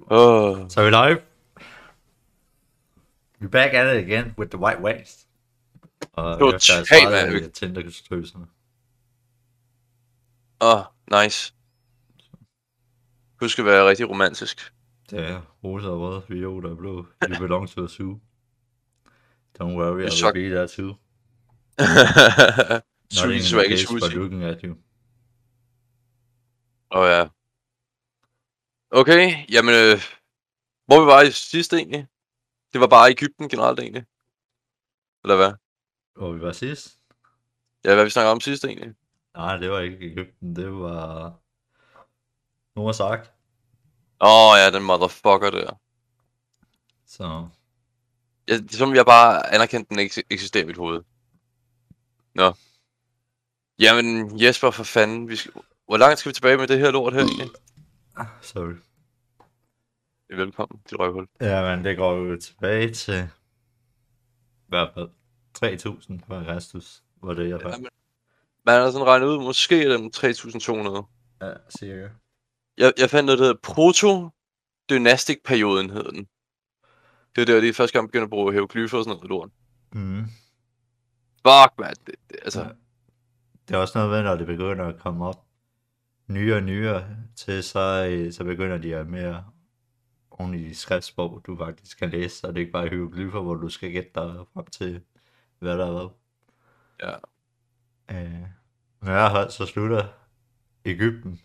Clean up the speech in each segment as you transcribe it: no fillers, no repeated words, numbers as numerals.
So we live. We're back at it again with the white waste. Og efter at Totalt, svare mand. i Tinder-strøserne. Nice. Husk at være rigtig romantisk. Det er rosa og rød, violer og blå. You belong to a zoo. Don't worry, I will suck. be there too. Sweet Nothing in the swaggy case for sweetie. looking at you. Ja. Okay, jamen, hvor vi var i sidste egentlig? Det var bare Egypten generelt egentlig? Eller hvad? Hvor vi var sidst? Ja, hvad vi snakkede om sidst egentlig? Nej, det var ikke Egypten, det var Noahs Ark. Ja, den motherfucker der. Så Ja, som jeg bare anerkendte, den ikke eksisterer i mit hoved. Nå. Jamen, Jesper, for fanden. Hvor langt skal vi tilbage med det her lort her egentlig? sorry. Velkommen til røvhul. Ja, men det går jo tilbage til i hvert fald 3000 før Kristus, var det jeg fandt. Man har sådan regnet ud, måske er dem 3200. Ja, cirka. Jeg fandt noget, der hedder proto-dynastic-perioden, hed den. Det er der, de første gang begyndte at bruge hieroglyfer og sådan noget lort. Fuck, man. Altså. Ja. Det er også noget ved, når det begynder at komme op nyere og nyere til, så begynder de at mere ordentlige skriftsprog, du faktisk kan læse, og det er ikke bare hieroglyfer, hvor du skal gætte dig frem til, hvad der er hvad. Ja. Når jeg har så slutter Egypten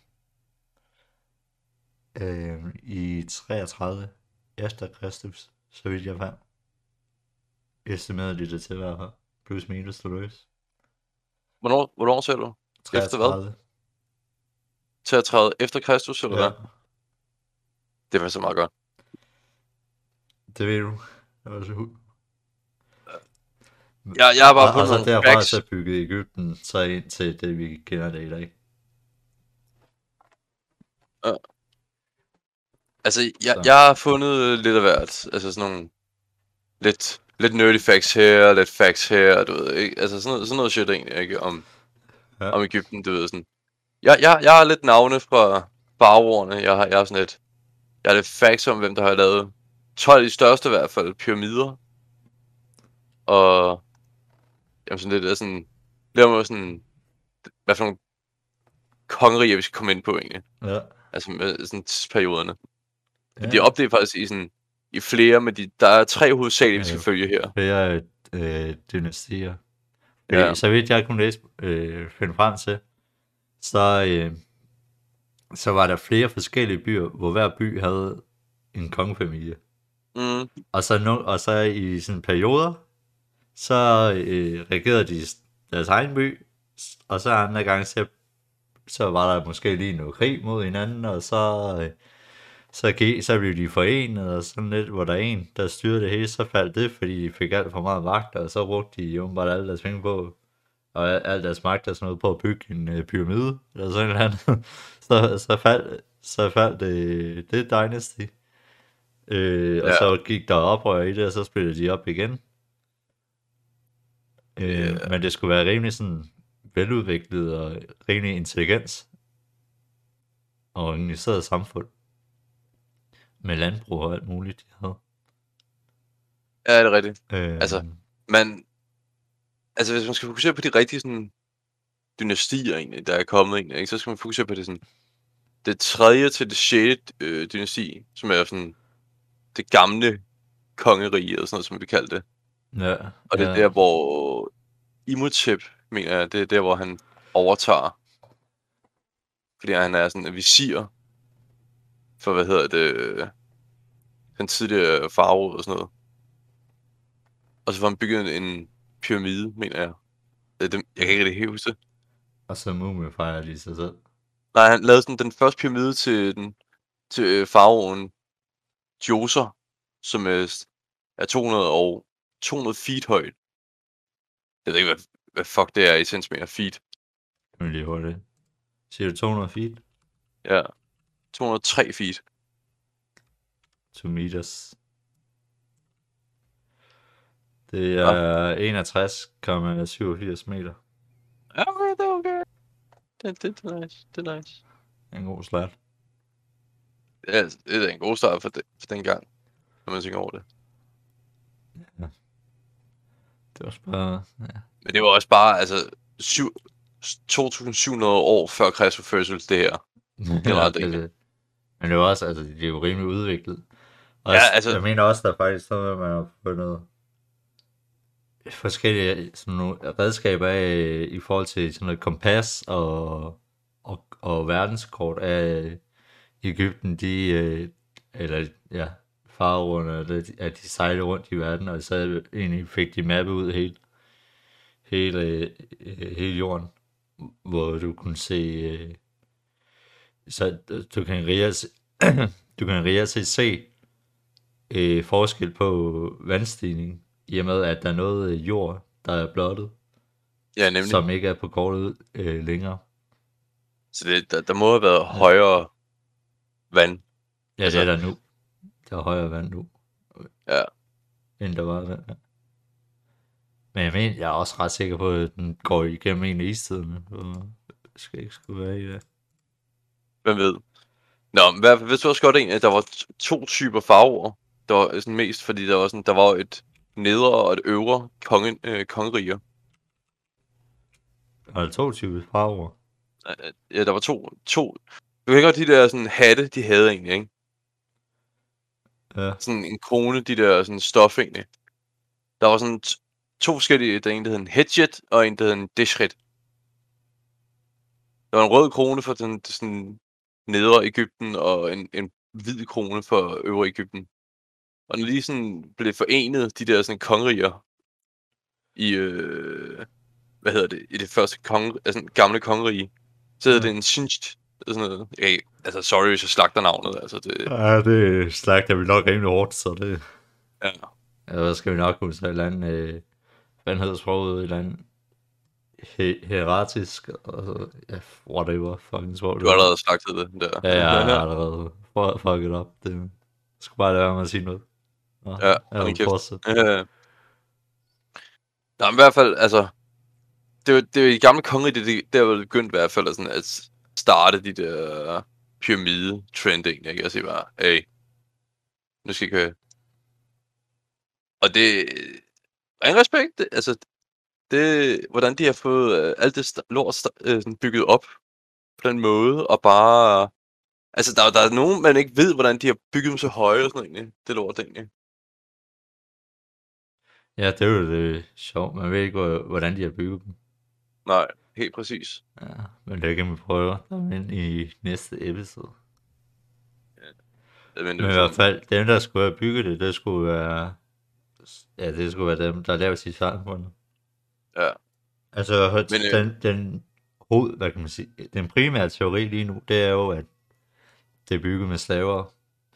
i 33 efter Kristus, så vidt jeg fandt. Estimerede de det til at være plus minus til løs. Hvornår ser du? 33. Efter hvad? 33 efter Kristus, eller hvad? Det var så meget godt. Det ved du. Det var så Jeg er bare på og nogle så derfra facts. så byggede Egypten så ind til det, vi kender det i dag. Altså, jeg har fundet lidt af hvert. Altså sådan nogle lidt nerdy facts her, lidt facts her, du ved, ikke? Altså sådan noget shit egentlig, ikke? Om Egypten, du ved, sådan. Jeg har lidt navne fra faraoerne. Jeg har sådan jeg har lidt facts om, hvem der har lavet 12 af de største i hvert fald, pyramider. Og jamen sådan lidt sådan, det var sådan, hvad for nogle kongeriger vi skal komme ind på egentlig. Ja. Altså med sådan tidsperioderne. Ja. De er opdelt faktisk i flere, men der er 3 hovedsagelige, vi skal følge her. Flere dynastier. Ja. Så vidt jeg kunne finde frem til, så var der flere forskellige byer, hvor hver by havde en kongefamilie. Og så i sådan perioder, så regerede de deres egen by, og så andre gange, så var der måske lige noget krig mod hinanden, og så blev de forenet, og sådan lidt, hvor der er en, der styrede det hele, så faldt det, fordi de fik alt for meget magt, og så brugte de jo bare alle deres penge på, og alt deres magt og sådan noget, på at bygge en pyramide, eller sådan noget andet. så faldt det dynasty. Og så gik der oprør i det, og så spillede de op igen. Men det skulle være rimelig sådan veludviklet og rimelig intelligens og organiseret samfund med landbrug og alt muligt, de havde. Ja, det er rigtigt. Altså hvis man skal fokusere på de rigtige sådan dynastier egentlig, der er kommet egentlig, ikke, så skal man fokusere på det sådan det 3. til det 6. Dynasti, som er sådan det gamle kongerige og sådan noget, som vi kalder det. Ja. Og det er der, hvor Imhotep, mener jeg, det er der, hvor han overtager. Fordi han er sådan en visir for, den tidligere farve og sådan noget. Og så får han bygget en pyramide, mener jeg. Jeg kan ikke rigtig helt huske det. Og så mumifierer de sig selv. Nej, han lavede sådan den første pyramide til faraoen Djoser, som er 200 feet højt. Jeg ved ikke, hvad fuck det er i centimeter feet. Jeg vil lige høre det. Siger du 200 feet? Ja. 203 feet. 2 meters. Det er 61,87 meter. Ja, okay, det er okay. Det er nice. Det er nice. En god slat. Det er en god start for den gang, når man tænker over det. Ja. Det var også bare... Ja. Men det var også bare, altså, 2.700 år før Kristus fødsel, det her. Generelt ja, men det var også, altså, det er jo rimelig udviklet. Og ja, altså... jeg mener også, der er faktisk sådan, at man har fundet forskellige sådan nogle redskaber af, i forhold til sådan noget kompas og verdenskort af Egypten, eller ja, faraoerne, at de sejlede rundt i verden, og så egentlig fik de mappet ud hele jorden, hvor du kunne se, så du kan reelt set se forskel på vandstigning, i og med at der er noget jord, der er blottet, ja, nemlig. Som ikke er på kortet længere. Så der må have været højere vand. Ja, altså, det er der nu. Der er højere vand nu. Ja. End der var vand, ja. Men jeg er også ret sikker på, at den går igennem en af istiderne. Det skal ikke skulle være i det. Hvem ved? Nå, men i hvert fald, hvis du også godt at der var 2 typer farver. Der var sådan mest, fordi der var et nedre og et øvre kongerige. Var der 2 typer farver? Ja, der var to. Du kan godt de der sådan hatte, de havde egentlig, ikke? Ja. Sådan en krone, de der sådan stof egentlig. Der var sådan 2 forskellige, der en, der hed en hedjet, og en, der hed en deshret. Der var en rød krone for den sådan nedre Egypten, og en hvid krone for øvre Egypten. Og når de sådan blev forenet, de der sådan kongeriger, i, i det første gamle kongerige, så hedder det en Shincht. Sådan noget. Altså, sorry, hvis jeg slagter navnet. Altså, det... Ja, det slagter vi nok rimelig hårdt, så det... Ja. Ja, så skal vi nok kunne sige et eller andet... hvad hedder sproget? Et eller andet... Heratisk, og ja, whatever, fucking sprog. Du har allerede slagtet det der. Ja, jeg har allerede fucket op. Det skulle bare lade være med at sige noget. Nå, ja, jeg vil fortsætte. Nå, men i hvert fald, altså... Det er jo i gamle kongerige, det er vel begyndt i hvert fald sådan at starte de der pyramide-trending, ikke? Jeg siger bare, hey, nu skal I køre. Og det... Ingen respekt, altså... hvordan de har fået alt det lort bygget op på den måde, og bare... Altså, der er nogen, man ikke ved, hvordan de har bygget dem så høje og sådan egentlig. Det lort egentlig. Ja, det er jo det sjovt. Man ved ikke, hvordan de har bygget dem. Nej, helt præcis. Ja, men det kan vi prøve ind i næste episode. Ja, men i hvert fald, dem der skulle have bygget det skulle være... Ja, det skulle være dem, der lavede sit samfund. Ja. Altså, hvad kan man sige, den primære teori lige nu, det er jo, at det er bygget med slaver.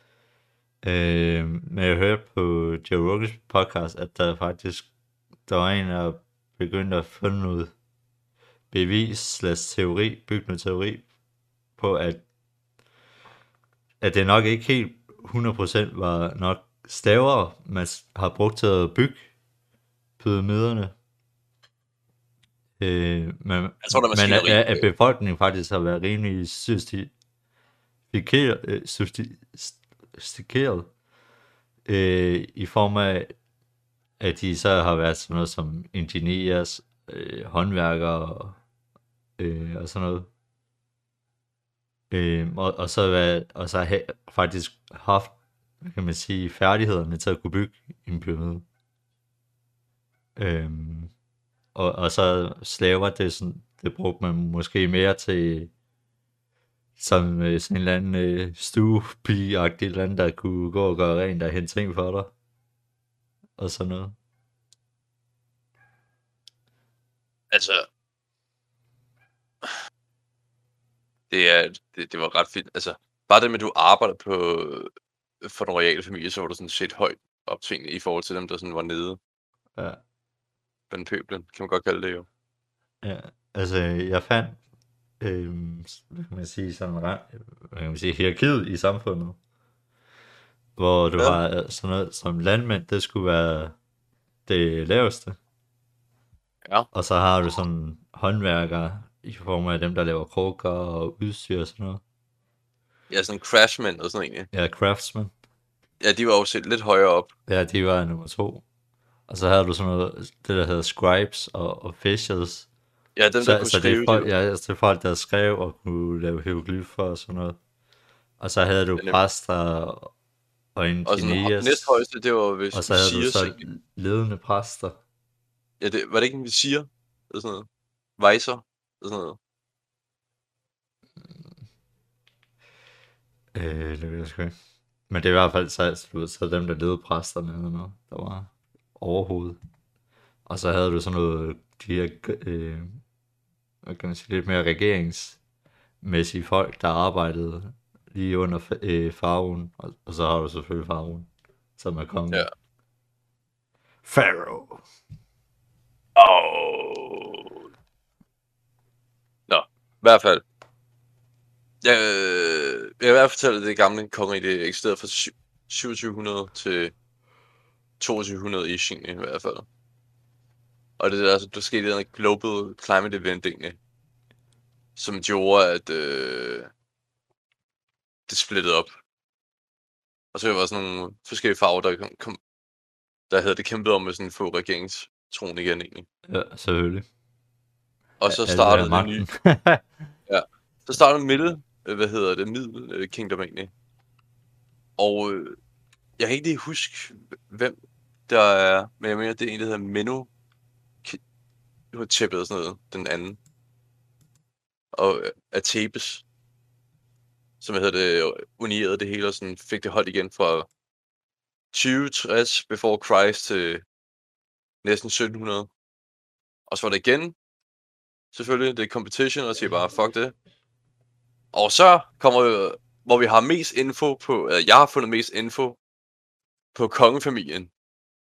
Men jeg hørte på Joe Rogan's podcast, at der var en, der begyndte at finde noget bevis/teori, bygge noget teori på, at det nok ikke helt 100% var nok slaver, man har brugt til at bygge pyramiderne. Men at befolkningen faktisk har været rimelig sofistikeret i form af, at de så har været sådan noget som ingeniører, håndværkere og sådan noget. Og så har faktisk haft, hvad kan man sige, færdighederne til at kunne bygge en pyramide. Og så slaver, det brugte man måske mere til som sådan en eller anden stuepige-agtig eller andet, der kunne gå og gøre rent og hente ting for dig. Og sådan noget. Altså, det var ret fint. Altså, bare det med, at du arbejder for den royale familie, så var du sådan set højt optvingende i forhold til dem, der sådan var nede. Ja. Den pøblen, kan man godt kalde det jo. Ja, altså, jeg fandt, hvad kan man sige, hierarkiet i samfundet, hvor du har sådan noget som landmænd, det skulle være det laveste. Ja. Og så har du sådan håndværkere i form af dem, der laver krukker og udstyr og sådan noget. Ja, sådan craftsman og sådan egentlig. Ja, craftsman. Ja, de var jo set lidt højere op. Ja, de var nummer 2. Og så havde du sådan noget, det der hedder scribes og officials. Ja, dem der kunne Så det skrive er folk, det. ja, det er folk, der skrev og kunne lave hieroglyffer og sådan noget. Og så havde du præster og engineers. Og næsthøjeste, det var hvis og så havde du så egentlig. ledende præster. Ja, det, var det ikke en visir? Eller sådan noget? Vejser? Eller sådan noget? Det ved jeg sgu ikke. Men det er i hvert fald så dem, der ledede præsterne eller noget, der var overhovedet. Og så havde du sådan noget, de her, hvad kan man sige, lidt mere regeringsmæssige folk, der arbejdede lige under farven. Og så har du selvfølgelig farven, som er kongen. Ja. Pharaoh. Nå, i hvert fald. Jeg vil i hvert fald fortælle, at det gamle kongerige, det eksisterede fra 2700 til 2200 ish egentlig, i hvert fald. Og det der, der skete en global climate event egentlig, som gjorde, at det splittede op. Og så var der sådan nogle forskellige farver, der havde det kæmpet om med sådan få regeringstron igen egentlig. Ja, selvfølgelig. Og så startede det nye. Ja, så startede Middle Kingdom egentlig. Og jeg kan ikke lige huske, hvem der er, men jeg mener, det er en, der hedder Menno Hotep eller sådan noget, den anden. Og Atebes, som det unierede det hele, og sådan fik det holdt igen fra 2060 before Christ til næsten 1700. Og så var det igen, selvfølgelig, det er competition, og siger bare, fuck det. Og så kommer vi, hvor vi har mest info på, jeg har fundet mest info på kongefamilien.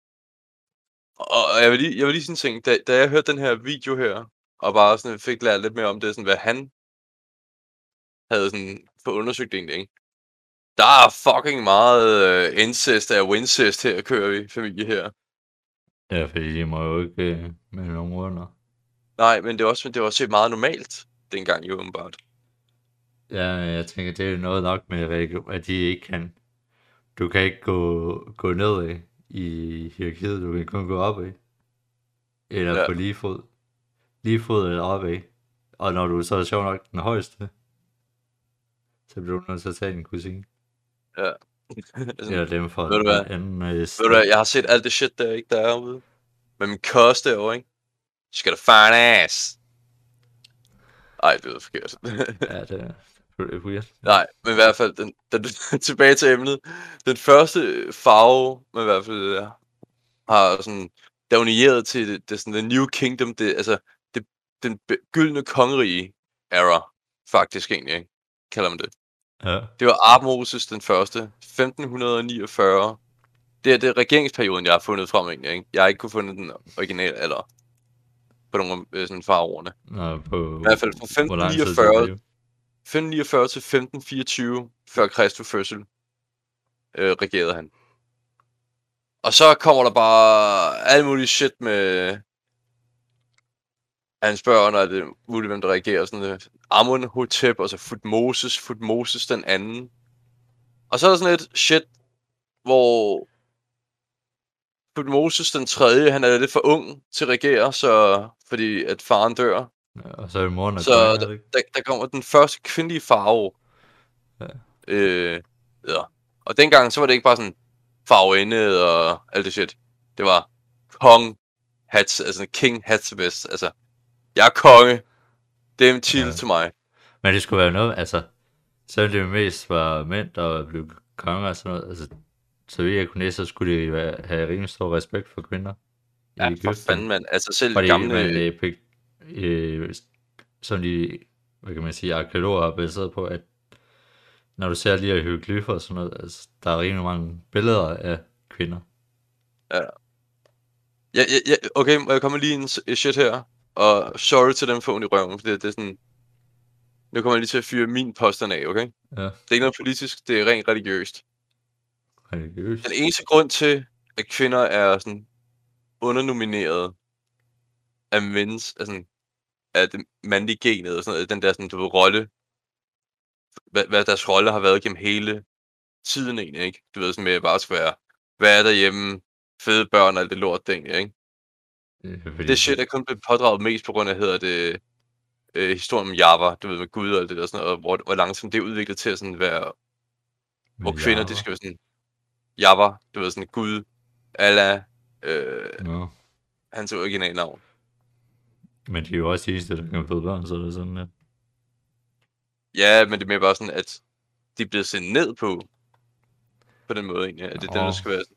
Og jeg vil lige sådan tænke, da jeg hørte den her video her, og bare sådan fik lært lidt mere om det, sådan hvad han havde sådan fået undersøgt egentlig, ikke? Der er fucking meget incest af Wincest her, kører vi familie her. Ja, fordi de må jo ikke med nogen under. Nej, men det var også meget normalt dengang jo åbenbart. Ja, jeg tænker, det er noget nok med, at de ikke kan. Du kan ikke gå ned i hierarkiet, du kan kun gå opad. Eller på lige fod. Lige fod eller opad. Og når du så er sjov nok den højeste, så bliver du nødt til at tage din kusine. Ja. Eller dem fra ved du hvad? anden. Ved du hvad, jeg har set alt det shit der, ikke, der er herude. Men min kost derovre, ikke? Skal da fine ass. Ej, det er forkert. Ja, det er weird. Nej, men i hvert fald, tilbage til emnet. Den første farve, man i hvert fald har sådan, der unierede til det sådan, the New Kingdom, den gyldne kongerige era, faktisk egentlig, ikke? Kalder man det. Ja. Det var Armoses den første, 1549. Det er regeringsperioden, jeg har fundet frem egentlig, ikke? Jeg har ikke kunnet fundet den originale alder på nogle sådan farverne. Nå, på i hvert fald fra 1549 til 1524 før Kristus fødsel regerede han. Og så kommer der bare alt muligt shit med han spørger, når det er muligt, hvem der reagerer sådan Amenhotep, og så Thutmoses den anden. Og så er der sådan et shit, hvor Thutmoses den tredje, han er lidt for ung til at regere, så fordi at faren dør. Ja, og så er moren så der kommer den første kvindelige farve. Ja. Ja. Og dengang, så var det ikke bare sådan farveinde og alt det shit. Det var kong King Hatshepsut. Altså, jeg er konge. Det er en titel til mig. Men det skulle være noget, altså, selvom det mest var mænd, der blev konger og sådan noget, altså, så vidt jeg kunne næse, så skulle de have rimelig stor respekt for kvinder. Ja, for fanden, mand. Altså selv fordi gamle... som de, hvad kan man sige, arkeologer har baseret på, at når du ser lige her hieroglyffer og sådan noget, altså, der er rimelig mange billeder af kvinder. Ja. Okay, jeg kommer lige en shit her, og sorry til dem for i røven, for det er sådan... Nu kommer jeg lige til at fyre min påstand af, okay? Ja. Det er ikke noget politisk, det er rent religiøst. Religiøst? Den eneste grund til, at kvinder er sådan undernomineret af af det mandlige genet og sådan noget, den der sådan, rolle hvad deres rolle har været gennem hele tiden egentlig, ikke? Du ved, sådan med bare skal være derhjemme, fede børn og alt det lort, egentlig, ikke? Det shit er kun blevet pådraget mest på grund af, historien om Java, du ved, med Gud og alt det der sådan noget, og hvor langsomt det er udviklet til at sådan være, hvor kvinder, det skal være sådan, Java, du ved, sådan Gud, Allah, hans originale navn. Men det er jo også de eneste, der kan føde børn, så det er sådan, ja. Ja, men det er mere bare sådan, at de er blevet sendt ned på den måde, egentlig. At det er det, der skal være.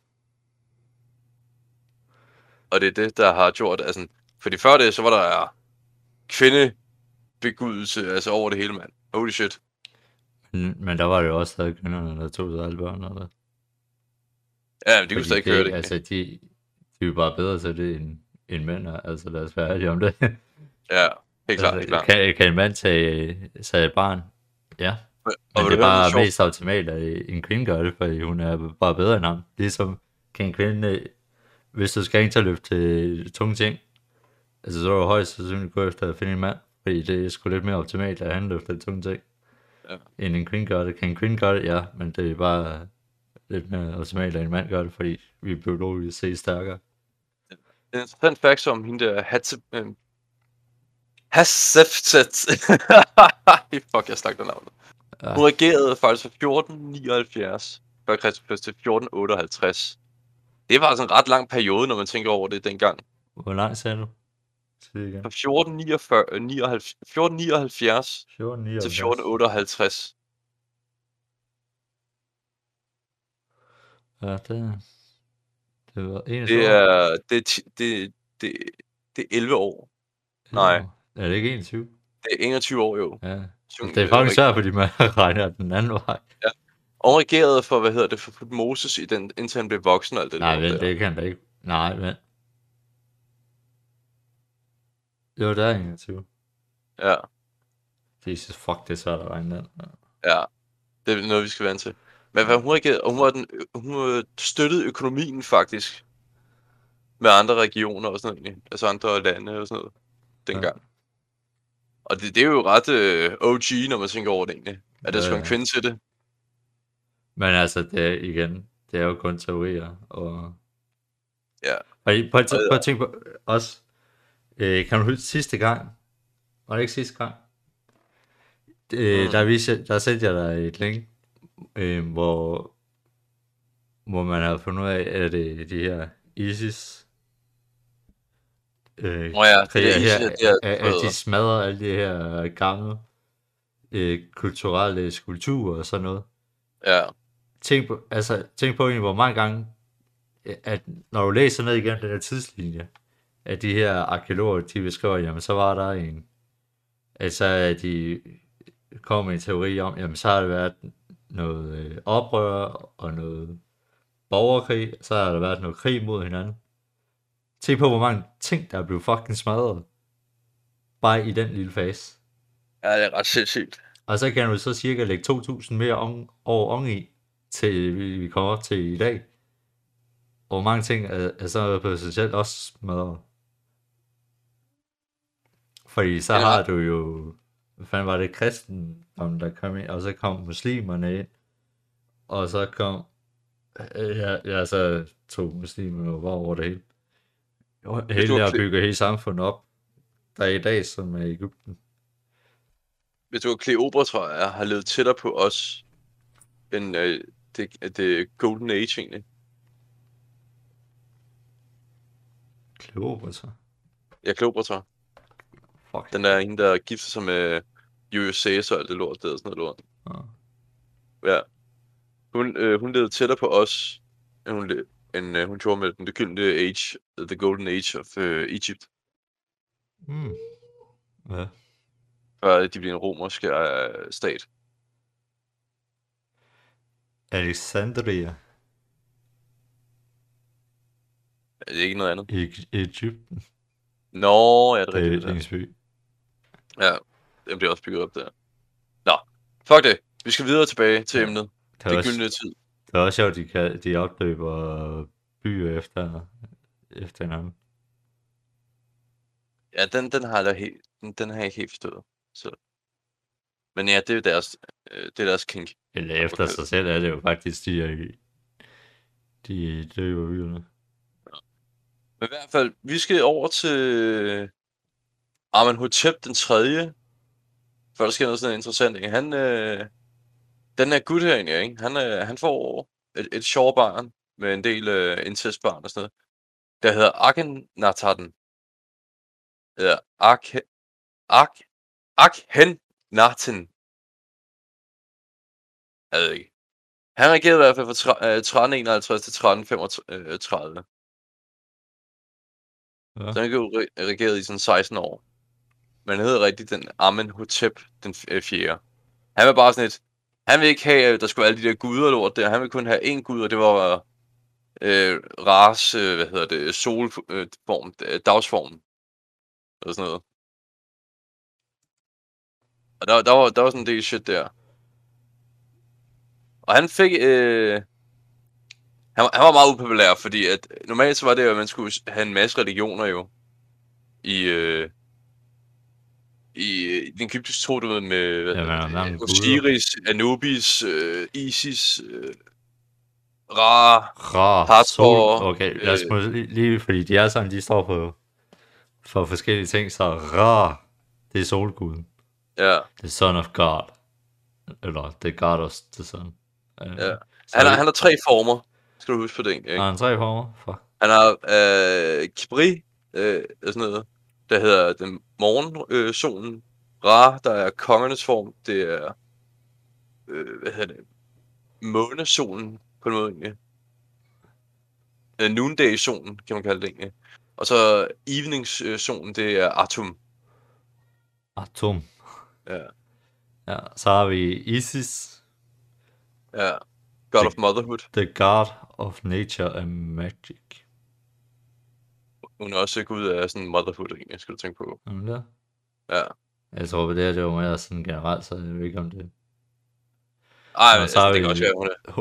Og det er det, der har gjort, altså, fordi før det, så var der kvindebegudelse, altså over det hele, mand. Holy shit. Men der var det jo også stadig kvinderne, der tog sig alle børn, eller? Ja, men de kunne stadig køre det. Altså, de er jo bare bedre til det, end mænd er, altså lad os være ærlige om det. Ja, helt klart, altså, kan en mand tage et barn? Ja. Men det er bare mest optimalt, at en kvinde gør det, fordi hun er bare bedre end ham. Ligesom kan en kvinde, hvis du skal ikke tage løft til tunge ting, altså så er du højst sandsynligt gå efter at finde en mand, fordi det er sgu lidt mere optimalt, at han løfter de tunge ting, end en kvinde gør det. Kan en kvinde gøre det? Ja, men det er bare lidt mere optimalt, at en mand gør det, fordi vi er biologisk set stærkere. En interessant fact om hende der Haseftet. Fuck, jeg snakker navnet. Hun regerede faktisk fra 1479 før Kristus til 1458. Det var altså en ret lang periode, når man tænker over det dengang. Hvor langt sagde du? Fra 1479 til 1458. Ja, det var 21 år. Det er 11 år. Nej. Er det ikke 21? Det er 21 år, jo. Ja. Det er faktisk svært, fordi man regner den anden vej. Ja. Og regerede for, for Moses, indtil han blev voksen og alt det. Nej, det kan da ikke. Nej, men... Jo, der er 21. Ja. Jesus, fuck, det er svært at regne den. Ja, det er noget, vi skal vende til. Men hvad hun regerede, hun støttede økonomien faktisk med andre regioner og sådan noget, altså andre lande og sådan noget, dengang. Ja. Og det er jo ret OG, når man tænker over det egentlig, at der skal en kvinde til det. Men altså, det er igen, det er jo kun teorier, og... Ja. Og prøv at tænke på os. Kan du huske sidste gang? Var det ikke sidste gang? Der sendte jeg dig et link, hvor man har fundet ud af, at de her ISIS at de smadrer alle de her gamle kulturelle skulpturer og sådan noget. Ja. Tænk på egentlig, hvor mange gange, at når du læser ned igennem den her tidslinje, at de her arkeologer, de beskriver, jamen så var der en, altså at de kom med en teori om, jamen så har der været noget oprør og noget borgerkrig, så har der været noget krig mod hinanden. Tænk på, hvor mange ting, der er blevet fucking smadret, bare i den lille fase. Ja, det er ret sindssygt. Og så kan du så cirka lægge 2.000 mere over i, til vi kommer op til i dag. Og hvor mange ting er så potentielt også smadret. Fordi så har du jo, hvad fanden var det, kristendom, der kom ind, og så kom muslimerne ind, og så kom, så tog muslimerne over det hele. Hele der bygger hele samfundet op, der er i dag, som er i Egypten. Hvis du Kleopatra har levet tættere på os, end det Golden Age egentlig. Kleopatra? Ja, Kleopatra. Fuck. Den der hende, der gifter sig med Julius Caesar og alt det lort, der og sådan noget lort. Ja. Hun levede tættere på os, end hun gjorde med den gyldne age, the golden age of Egypt. Ja. Før de blev en romersk stat. Alexandria. Er det ikke noget andet? Egypten. Nå, ja, det er rigtigt. Det er by. Ja, den bliver også bygget op der. Nå, fuck det. Vi skal videre tilbage til emnet. Det gyldne tid. Det er også sjovt, de opdøber byer efter hinanden. Ja, den har jeg ikke helt forstået. Så. Men ja, det er deres kink. Eller efter sig selv er det jo faktisk, de døber byerne. Men i hvert fald, vi skal over til Amenhotep den 3. Før der sker noget sådan interessant. Den er gut her egentlig, ikke? Han får et sjovt barn med en del incestbarn og sådan noget. Der hedder Akhenaten. Eller Akhenaten. Jeg ved ikke. Han regerede i hvert fald fra 1351 til 1335. Ja. Så han regerede i sådan 16 år. Men han hedder rigtig den Amenhotep den 4. Han var bare sådan et... Han ville ikke have, at der skulle alle de der guder lort der. Han ville kun have én gud, og det var Ras, solform, dagsformen. Eller sådan noget. Og der var sådan en del shit der. Og han fik... Han var meget upopulær, fordi at normalt så var det jo, at man skulle have en masse religioner jo. I den egyptiske tro, du ved, med Osiris, Anubis, Isis, Ra, Hathor. Okay, lad os lige, fordi de er sådan, de står for forskellige ting, så Ra, det er solguden. Ja. The son of God. Eller the God of the sun. Ja. Han har 3 former. Skal du huske på det egentlig, ikke? Han har 3 former? Fuck. Han har Kibri, sådan noget, der hedder den morgensolen. Ra, der er kongernes form. Det er, månesolen på en måde egentlig. Noonday-solen, kan man kalde det egentlig. Og så eveningssolen, det er Atum. Atum. Ja. Ja, så har vi Isis. Ja. God of Motherhood. The God of Nature and Magic. Hun er også gud af sådan motherhood, egentlig, skal du tænke på. Ja. Ja. Jeg tror, det er jo mere sådan generelt, så jeg ved ikke om det. Ej, men altså, det kan også være, hun er.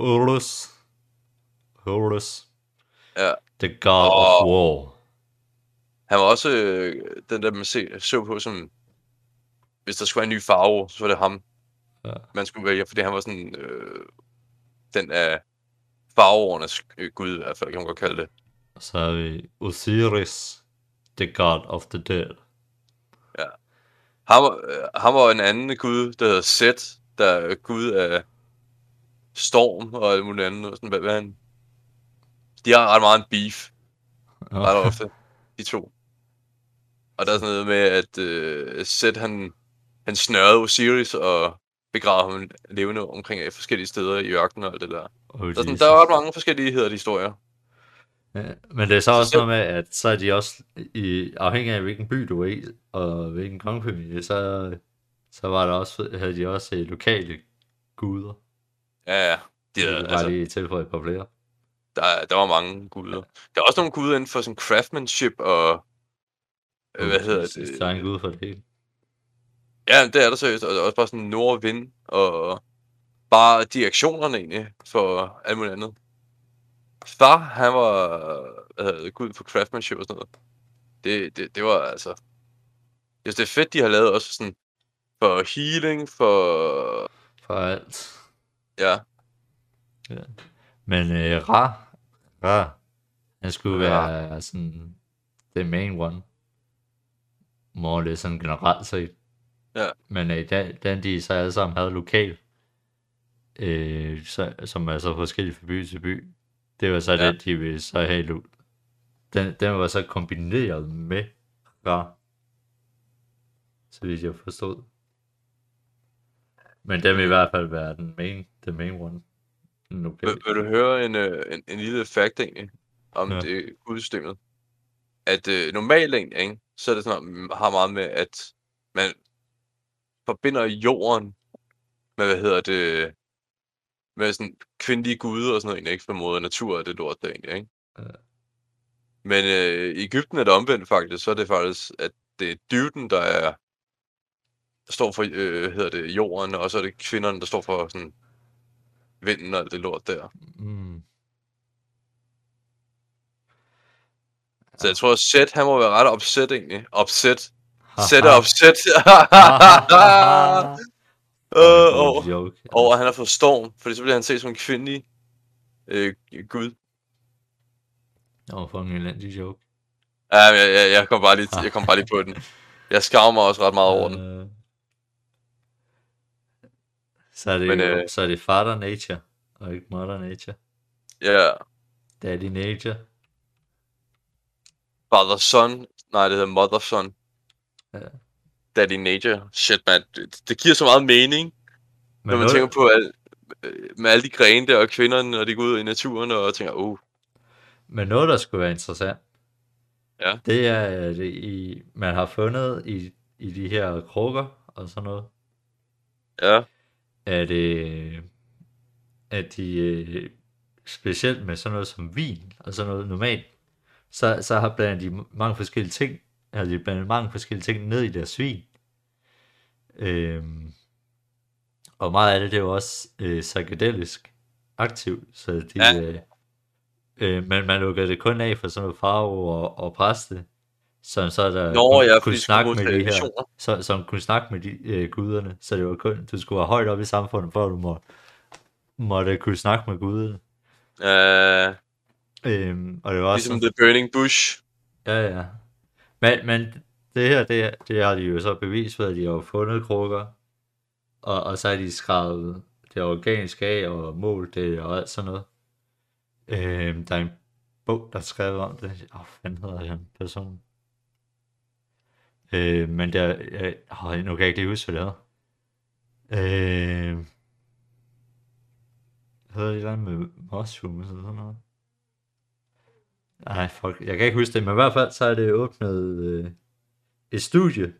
Horus. Ja. The God of War. Han var også den der, man så på som, hvis der skulle være en ny farve, så var det ham, man skulle vælge, fordi han var sådan, den af farveordernes gud, i hvert fald, kan man godt kalde det. Så har vi Osiris, the God of the Dead. Ja. Han var en anden gud, der hedder Set, der er gud af storm og alt muligt andet. Og sådan, hvad han... De har ret meget en beef. Ret ofte, de to. Og der er sådan noget med, at Set, han snørrede Osiris og begravede ham levende omkring forskellige steder i ørkenen og alt det der. Der er ret mange forskellige historier. Ja, men det er så også noget med, at så er de også, afhængig af hvilken by du er i, og hvilken kongefamilie, så var der også, havde de også lokale guder. Ja. Det var lige tilføjet et par flere. Der var mange guder. Der er også nogle guder inden for sådan craftsmanship og... hvad hedder det? Der er en gud for det hele. Ja, det er der seriøst. Og også bare sådan nordvind og bare de aktionerne egentlig for alt muligt andet. Far, han var gud for craftsmanship og sådan noget. Det var altså... Det er fedt, de har lavet også sådan for healing, for alt. Ja. Men Ra, han skulle være sådan the main one. More det sådan generelt set. Ja. Men den de så alle sammen havde lokal, som er så forskellige fra by til by. Det var så det, de ville så have. Den var så kombineret med Ra. Så vidt jeg forstod. Men den vil i hvert fald være the main one. Vil du høre en lille fact egentlig om det gudsystemet? At normalt egentlig, ikke? Så er det sådan, man har meget med, at man forbinder jorden med, med sådan kvindelige guder og sådan noget egentlig, ikke? For moder natur og det lort der egentlig, ikke? Ja. Men i Egypten er det omvendt faktisk, så er det faktisk, at det er dybden, der står for, jorden, og så er det kvinderne, der står for sådan vinden og det lort der. Mm. Så jeg tror, at Set, han må være ret opset egentlig. Set er opset. Og han har fået storm, fordi så bliver han set som en kvindelig gud. Det var fucking en elendig joke. Ja, jeg kom bare lige på den. Jeg skammer mig også ret meget over den. Så er det Father Nature, og ikke Mother Nature. Ja. Yeah. Daddy Nature. Father Son. Nej, det hedder Mother Son. Ja. Daddy Nature. Shit, man. Det giver så meget mening. Men når man tænker på med alle de grene der og kvinderne, når de går ud i naturen og tænker, Men noget, der skulle være interessant, ja. Det er, at man har fundet i de her krukker og sådan noget, ja. at de specielt med sådan noget som vin og sådan noget normalt, så har blandet de mange forskellige ting, ned i deres vin. Og meget af det er jo også psykedelisk aktivt, så de, men man lukker det kun af for sådan noget farve og præste, som så der kunne snakke med de her, som kunne snakke med de guderne, så det var kun, du skulle være højt op i samfundet, for at du måtte kunne snakke med guderne. Og det var ligesom også The Burning Bush. Ja. Men det her, det har de jo så bevist ved, at de har fundet krukker, og så har de skrevet det organiske af og målt det og alt sådan noget. Der er en bog, der er skrevet om det. Hvad fanden hedder den person? Men der, nu kan jeg ikke lige huske, hvad det hedder. Hedder det der med mushrooms eller sådan noget? Nej, fuck, jeg kan ikke huske det, men i hvert fald så er det åbnet et studie,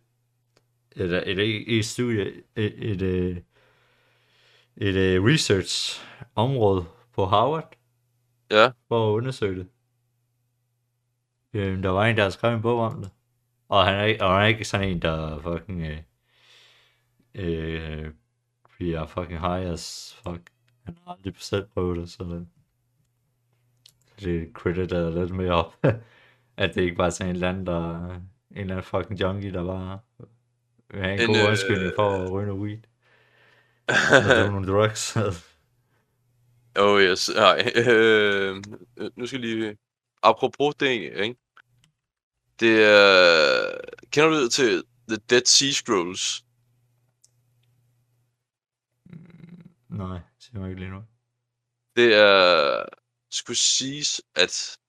et research område på Harvard, for at undersøge det. Der var en, der har skrevet en bog om det, og han er ikke sådan en, der fucking bliver fucking high as fuck. Han har aldrig selv prøvet det, så det crediter lidt mere op, at det ikke bare er sådan en eller anden fucking junkie, der bare vil have en god undskyldning for at ryge noget weed. Og nogle drugs. Yes. Nu skal lige... Apropos det, ikke? Det er... Kender du det til The Dead Sea Scrolls? Nej, siger mig ikke lige nu. Det er... skulle siges at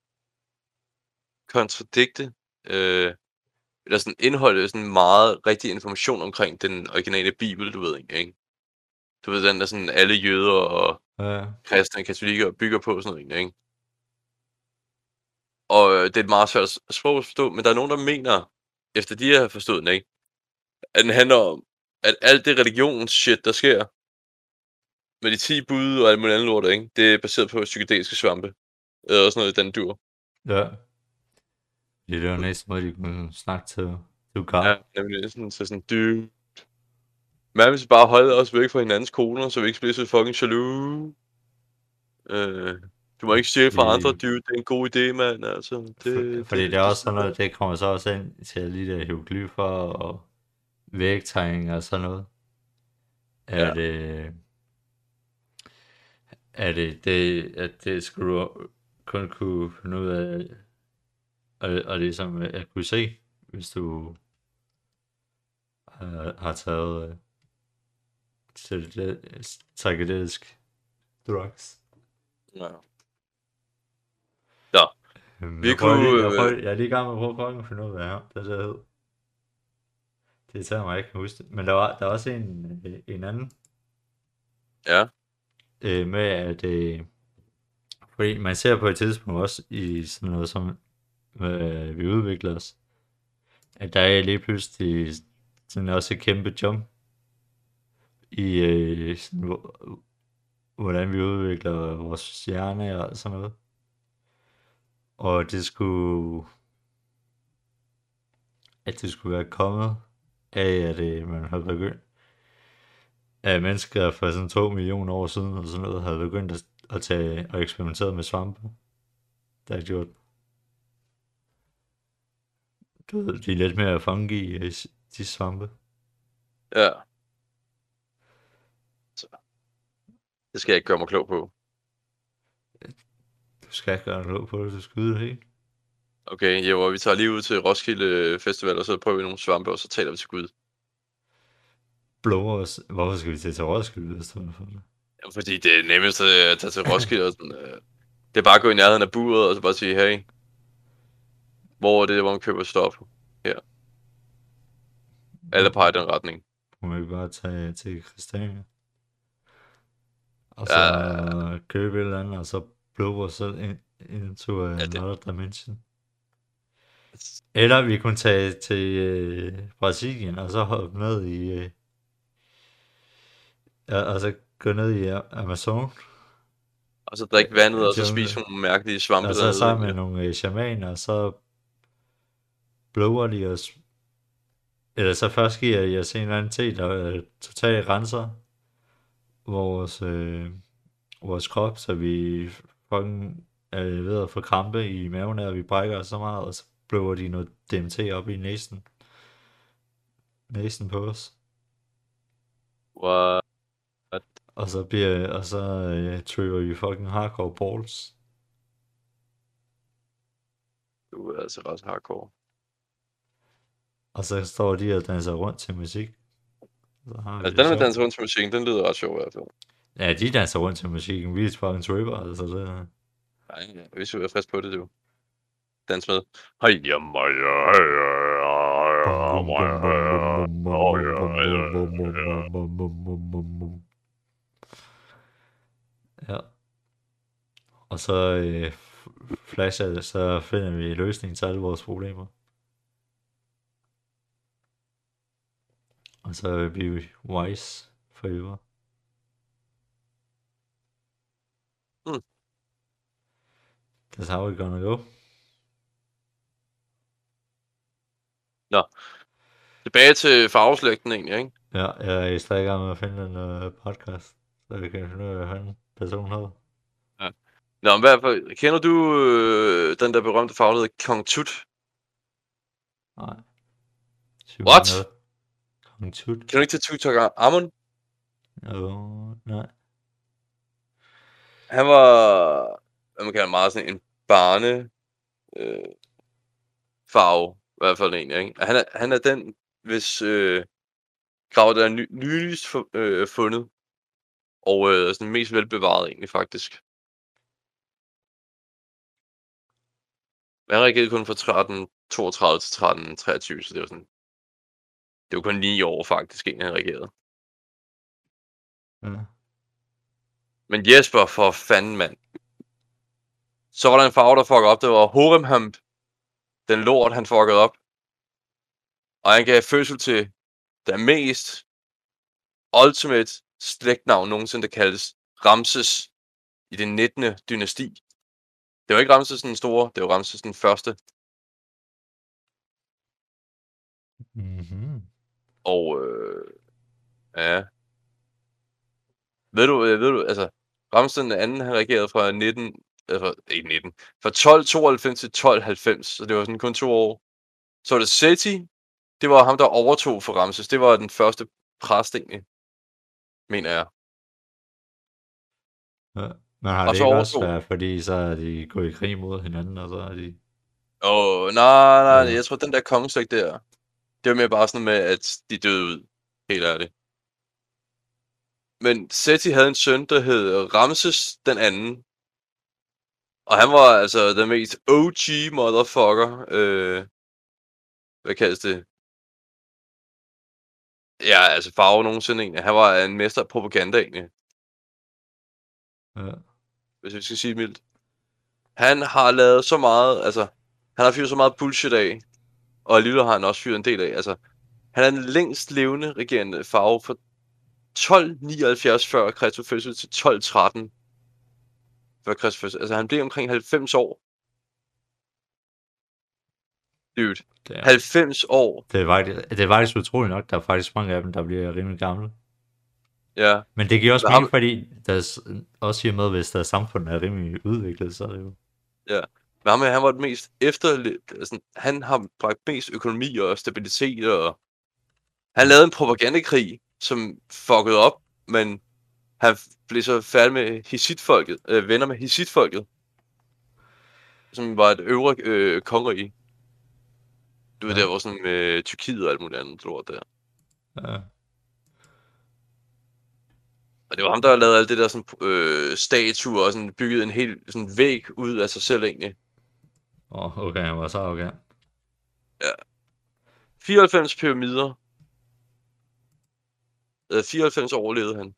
kontradikte eller sådan indeholde sådan meget rigtig information omkring den originale bibel, du ved ikke? Du ved, den der sådan alle jøder og kristne og katolikker bygger på sådan noget, ikke? Og det er et meget svært sprog at forstå, men der er nogen, der mener, efter de har forstået den, ikke? At den handler om, at alt det religions-shit, der sker med de 10 bud og alt muligt andet lort, ikke? Det er baseret på psykedeliske svampe. Og sådan noget i den dur. Ja. Det er jo næsten måde, de kunne snakke til Dugar. Ja, nemlig sådan, dude. Man vil bare holde os væk fra hinandens koner, så vi ikke bliver så fucking jaloux. Du må ikke stjæle fra andre, dude. Det er en god idé, mand. Altså, fordi det er også sådan noget, det kommer så også ind til lige der hieroglyfer og vægtegninger og sådan noget. At det skulle du kun kunne finde ud af, og det som jeg kunne se, hvis du har taget psykedelisk drugs. Ja. Jeg er lige i gang med at prøve at finde ud af det der hed. Det tager mig ikke at huske det. Men der var også en anden. Ja. Med at fordi man ser på et tidspunkt også i sådan noget som vi udvikler os, at der er lige pludselig sådan også et kæmpe jump i sådan, hvordan vi udvikler vores hjerne og sådan noget. Og det skulle være kommet af, at man havde begyndt, at mennesker for sådan 2 millioner år siden og sådan noget havde begyndt at tage og eksperimentere med svampe, der er gjort. Du ved, de er lidt mere fungi, de svampe. Ja. Det skal jeg ikke gøre mig klog på. Du skal ikke gøre dig klog på det, du skal ud helt. Okay, jo, og vi tager lige ud til Roskilde Festival, og så prøver vi nogle svampe, og så taler vi til Gud. Blower os. Hvorfor skal vi til Roskilde, hvis du for det? Ja, fordi det er nemmest at tage til Roskilde, og sådan, det er bare at gå i nærheden af buret, og så bare sige, hey, hvor er det, hvor man køber stop? Her. Alle peger i den retning. Må vi bare tage til Christiania? Og så købe et eller andet, og så blow os selv into another dimension. Eller vi kunne tage til Brasilien, og så hoppe ned i... og så gå ned i Amazon. Og så drikke vandet, og så spise nogle mærkelige svampe. Og så sammen med nogle shamaner, og så blower de os. Eller så først giver de os en eller anden te, der totalt renser vores krop, så vi fucking er ved at få krampe i maven, og vi brækker os så meget, og så blower de noget DMT op i næsen på os. What? Og så trigger vi fucking hardcore balls. Du er altså ret hardcore. Og så står de og danser rundt til musik. Altså den med danser rundt til musikken, den lyder ret sjov i hvert fald. Ja, de danser rundt til musikken. Vi er fucking tripper, altså det. Nej, hvis du er frisk på det, du. Dans med. Ja. Og så flasher det, så finder vi løsningen til alle vores problemer. Og så bliver vi wise forever. That's how we're gonna go. Nå. Tilbage til farveslægten egentlig, ikke? Ja, jeg er stadig i gang med at finde en podcast, så vi kan finde ud af, hvad en person hedder. Ja. Nå, men i hvert fald, kender du den der berømte farve, der hedder Kong Tut? Nej. What? Kong Tut? Kender du ikke til Tutankhamon? Nej. Han var, hvad man kalder meget sådan en barne farve, i hvert fald egentlig, ikke? Han er den, hvis grav der er nyligst fundet, og sådan mest velbevaret egentlig faktisk. Han reagerede kun fra 1332 til 1323, så det var sådan, det var kun 9 år faktisk, inden han reagerede. Ja. Men Jesper, for fanden mand. Så var der en farve, der fuckede op, det var Horemheb, den lort, han fuckede op. Og han gav fødsel til det mest ultimate slægtnavn nogensinde, der kaldes Ramses i det 19. dynasti. Det var ikke Ramses den store, det var Ramses den første. Mm-hmm. Og ja. Ved du, altså Ramses den anden, han reagerede fra 1292 til 1290, så det var sådan kun 2 år. Så var det Seti, det var ham, der overtog for Ramses. Det var den første præst egentlig, mener jeg. Ja. Men har det ikke også været, fordi så er de gået i krig mod hinanden, og så er de... Nej, jeg tror, den der kongeslægt der, det var mere bare sådan med, at de døde ud, helt ærligt. Men Seti havde en søn, der hed Ramses den anden. Og han var altså den mest OG motherfucker. Hvad kaldes det? Ja, altså farve nogensinde egentlig. Han var en mester af propaganda egentlig. Ja. Hvis vi skal sige mildt. Han har lavet så meget, altså han har fyret så meget bullshit af. Og alligevel har han også fyret en del af. Altså, han er den længst levende regerende farve fra 1279 før Kristus fødsel til 1213 før Kristus fødsel. Altså han blev omkring 90 år. Dude. 90 år. Det er faktisk utroligt nok. Der er faktisk mange af dem, der bliver rimelig gamle. Ja. Men det giver også mening, fordi der også siger med, hvis der samfund er rimelig udviklet, så er det jo... Ja. Men han var det mest altså, han har bragt mest økonomi og stabilitet, og han lavede en propagandakrig, som fuckede op, men han blev så færdig med Hisit-folket, venner med Hisit-folket, som var et øvre kongerige. Du ved, der var sådan med Tyrkiet og alt muligt andet lort der. Ja. Og det var ham, der lavede alt det der sådan statuer og sådan bygget en hel sådan væg ud af sig selv egentlig. Okay, han var så arrogant. Ja. 94 pyramider. 94 overlevede han.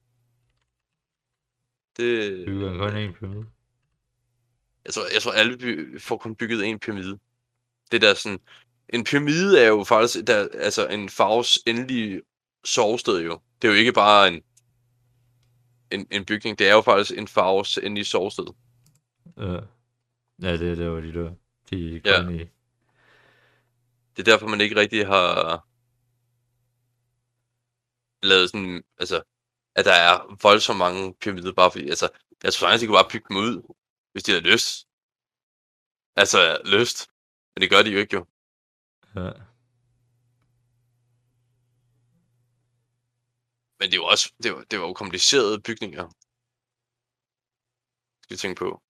Det... Bygger han kun en pyramide? Jeg tror alle får kun bygget en pyramide. Det der sådan... En pyramide er jo faktisk altså en farves endelige sovested jo. Det er jo ikke bare en bygning. Det er jo faktisk en farves endelige sovested. Ja, det er der, hvor de dør. De er kun i... Det er derfor, man ikke rigtig har lavet sådan... Altså, at der er voldsomt mange pyramider, bare fordi... Altså, jeg tror faktisk, de kunne bare bygge dem ud, hvis de havde lyst. Altså, lyst. Men det gør de jo ikke, jo. Ja. Men det var også... Det var jo komplicerede bygninger. Skal vi tænke på.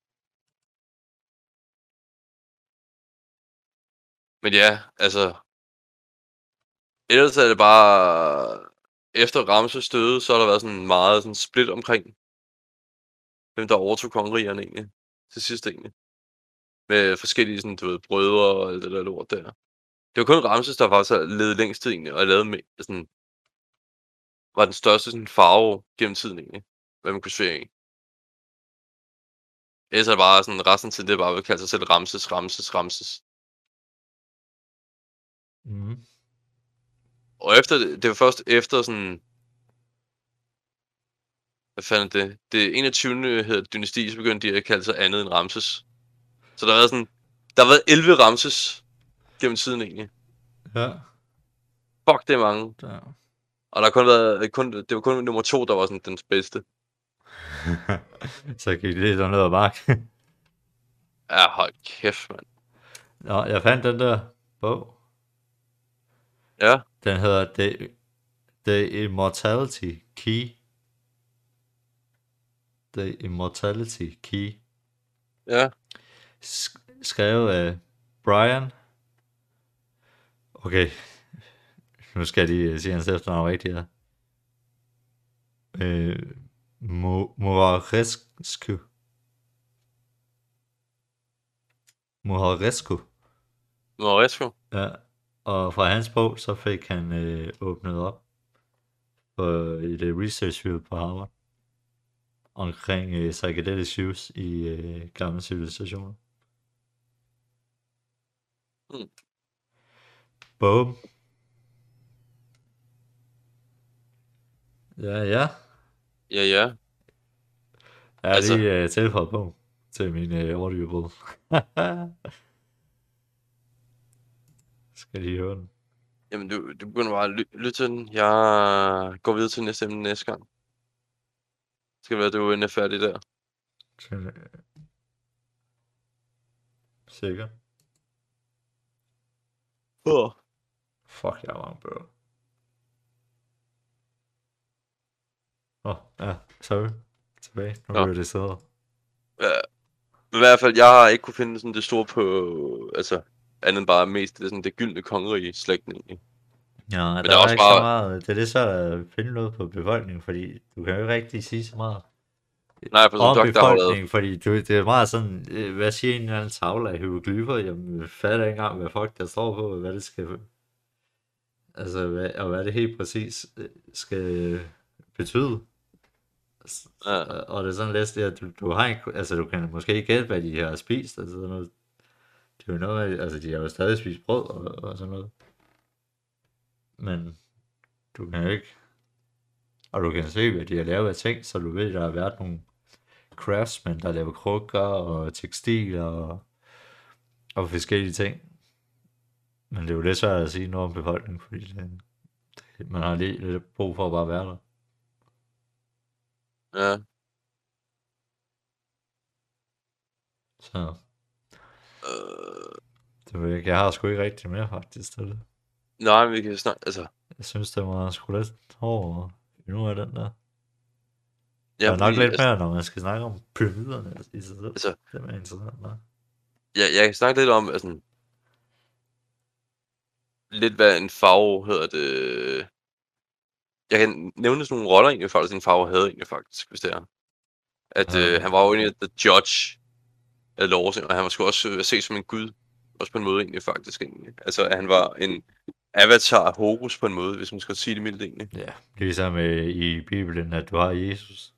Men ja, altså... Ellers er det bare... Efter Ramses døde, så har der været sådan meget sådan split omkring hvem der overtog kongerigerne egentlig. Til sidst egentlig. Med forskellige sådan, du ved, brødre og alt det der lort der. Det var kun Ramses, der faktisk har levet længst tid egentlig, og lavet med, sådan... Var den største sådan farve gennem tiden egentlig. Hvad man kunne se af. Ellers er det bare sådan, resten af tiden, det er bare at kalde sig selv Ramses. Mm. Og efter det var først efter sådan... Hvad fanden er det? Det 21. hedder dynasti, så begyndte de at kalde sig andet end Ramses. Så der har været sådan... Der har været 11 Ramses gennem tiden egentlig. Ja. Fuck, det er mange. Ja. Og der har kun været... det var kun nummer 2, der var sådan den bedste. Så gik det lidt ned ad bakke. Ja, hold kæft, mand. Nå, jeg fandt den der bog. Ja. Den hedder The Immortality Key. The Immortality Key. Ja. Skrevet af Brian. Okay. Nu skal jeg lige sige hans efternavn rigtigt her. Moharescu. Ja. Og fra hans bog, så fik han åbnet op på et research field på Harvard omkring psychedelic use i gamle civilisationer. Boom. Ja. Ja. Jeg har lige tilføjet på til min audible. Skal lige høre den. Jamen, du begynder bare at lytte til den. Jeg går videre til næste emne næste gang. Skal være, du er færdig der. Sikker? Fuck, jeg har mange bøger. Ja, sorry. Tilbage. Nu er det så. Ja. I hvert fald, jeg har ikke kunne finde sådan det store på... Altså, andet end bare mest det gyldne kongerige slægten egentlig. Ja, men der er også ikke så meget. Det er det så at finde noget på befolkningen, fordi du kan jo ikke rigtig sige så meget. Nej, for om befolkningen, fordi det er meget sådan, hvad siger en eller anden tavle af hieroglyffer? Jamen, fatter ikke engang, hvad folk der står på, hvad det skal... Altså, hvad det helt præcis skal betyde. Ja. Og det er sådan lidt, at du har ikke, altså du kan måske ikke gætte, hvad de har spist, altså sådan noget. Det er jo noget, altså de har jo stadig spist brød og sådan noget. Men du kan jo ikke, og du kan se, hvad de har lavet af ting, så du ved, der har været nogle craftsmen, der laver krukker og tekstil og forskellige ting. Men det er jo lidt svært at sige noget om befolkningen, fordi man har lidt brug for at bare være der. Ja. Så. Det ved jeg ikke. Jeg har sgu ikke rigtig mere faktisk til det. Nej, men vi kan snakke, altså. Jeg synes, det var sgu lidt hårdt nu af den der. Der er nok lidt mere, når man skal snakke om pyramiderne i sig selv. Altså, det er interessant, nej? Ja, jeg kan snakke lidt om, altså, lidt hvad en farve hedder det. Jeg kan nævne sådan nogle roller egentlig, faktisk en farve havde egentlig faktisk, hvis det er. At han var jo egentlig the judge af lov, og han var sgu også set som en gud, også på en måde egentlig faktisk. Egentlig. Altså, at han var en avatar af Horus på en måde, hvis man skal sige det mildt egentlig. Ja, ligesom i Bibelen, at du har Jesus.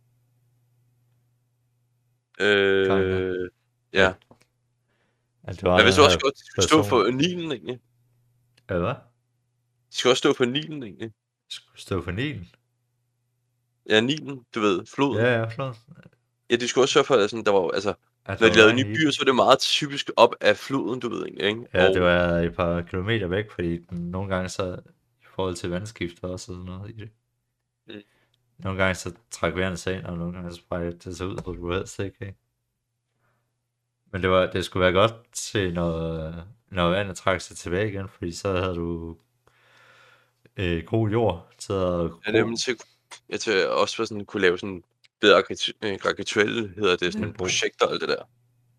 Ja. At Men hvis du også godt skulle stå for Nilen egentlig. Ja, hvad? De skal også stå for Nilen egentlig. Stå for Nilen? Ja, Nilen, du ved, floden. Ja, floden. Ja, de skulle også sørge for, at sådan, der var, altså, når de lavede nye byer, så var det meget typisk op af floden, du ved egentlig, ikke? Ja, det var et par kilometer væk, fordi nogle gange så, i forhold til vandskift og sådan noget i det. Nogle gange så træk vandet sig ind, og nogle gange så spejlede det sig ud, og du helst ikke. Men det skulle være godt til, når vandet trækker sig tilbage igen, fordi så havde du god jord til at ja, nemlig jeg tror også, at sådan kunne lave sådan bedre gratituelle, hedder det, sådan projekter og alt det der.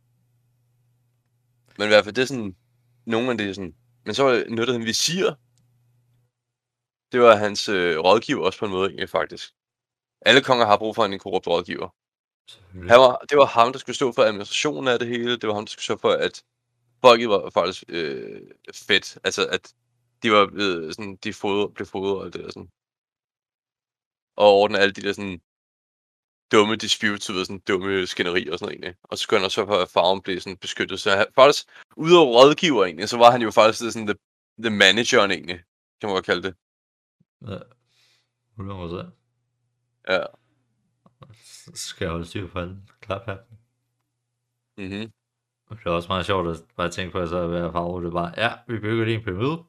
Men i hvert fald, det er sådan, nogle af det sådan, men så var det noget, der hed Visir. Det var hans rådgiver også på en måde, egentlig faktisk. Alle konger har brug for en korrupt rådgiver. Det var ham, der skulle stå for administrationen af det hele. Det var ham, der skulle stå for, at folket var faktisk fedt. Altså, at de var blevet sådan, de blev fodret og det der sådan. Og ordne alle de der sådan dumme disputes, sådan dumme skænderier og sådan noget egentlig. Og så skulle han også for, at farven blev sådan beskyttet. Så han, faktisk, udover rådgiver egentlig, så var han jo faktisk sådan the manageren egentlig, kan man godt kalde det. Ja, 100%. Ja. Så skal jeg holde styr på den klap her. Mhm. Det er også meget sjovt at bare tænke på, at så være farve, det er bare, ja, vi bygger lige en pyramide.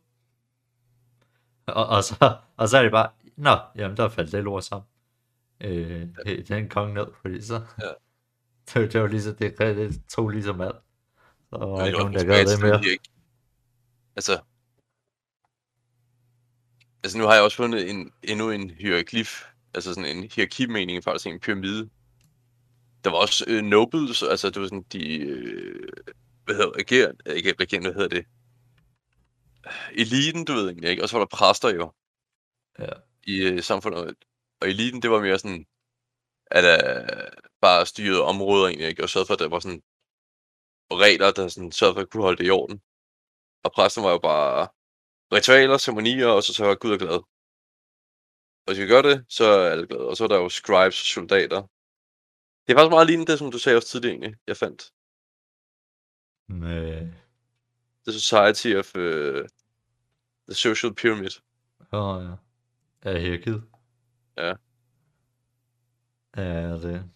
Og så er det bare, nå, jamen der faldt det lort sammen. Den konge ned, fordi så, ja. det var ligesom, det tog ligesom alt. Så var ikke nogen, der gør det mere. Altså, nu har jeg også fundet endnu en hieroglyf, altså sådan en hierarkimening, faktisk en pyramide. Der var også nobles, altså det var sådan de, hvad hedder det? Eliten, du ved egentlig, ikke? Og så var der præster jo. Ja. I samfundet. Og eliten, det var mere sådan, at bare styrede områder egentlig, ikke? Og sørgede for, at der var sådan regler, der sådan sørgede for at kunne holde det i orden. Og præsten var jo bare ritualer, ceremonier, og så var Gud er glad. Og hvis vi gør det, så er alle glade. Og så er der jo scribes og soldater. Det er faktisk meget lignende det, som du sagde også tidligere egentlig, jeg fandt. Med... The Society of the Social Pyramid. Ja. Er hierarkiet? Ja. Ja, det...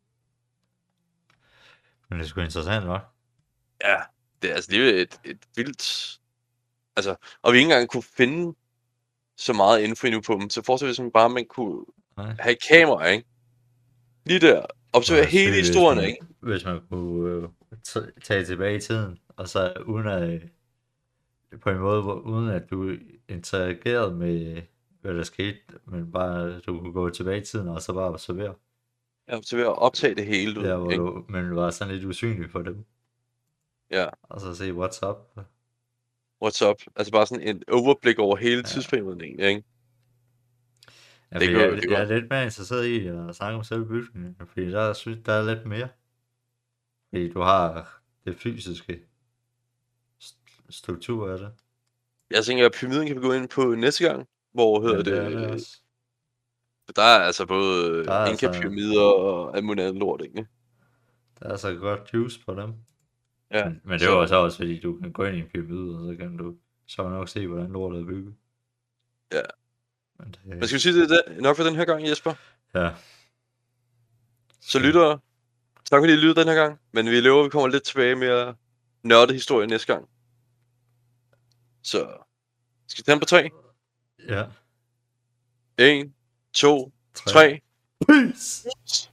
Men det er sgu interessant, hva'? Ja, det er altså lige et vildt... Altså, og vi ikke engang kunne finde så meget info endnu på dem, så forestiller vi som bare, man kunne have et kamera, ikke? Lige der, observere hele historien, ikke? Hvis man kunne tage tilbage i tiden, og så uden at, på en måde, uden at du interagerede med, hvad der skete, men bare, du kunne gå tilbage i tiden, og så bare observere. Ja, observere og optage det hele, ja, hvor du, men var sådan lidt usynlig for dem. Ja. Og så se, what's up? What's up? Altså bare sådan en overblik over hele tidsperioden, egentlig, ikke? Ja, jeg er lidt mere interesseret i at snakke om selve bygningen, fordi der synes der er lidt mere. Fordi du har det fysiske struktur af det. Jeg tænker, at pyramiden kan vi gå ind på næste gang, hvor hedder det... det også. Der er altså både Inka-pyramider og alt muligt andet lort, ikke? Der er så godt juice på dem. Ja. Men det var så også, fordi du kan gå ind i en pyramide, og så kan du så nok se, hvordan lortet er bygget. Ja. Men skal vi sige, det er nok for den her gang, Jesper? Ja. Så lytter, tak fordi I lyttede den her gang, men vi lover, at vi kommer lidt tilbage med at nørde historie næste gang. Så, skal vi tage den på 3? Ja. 1, 2, 3. Peace!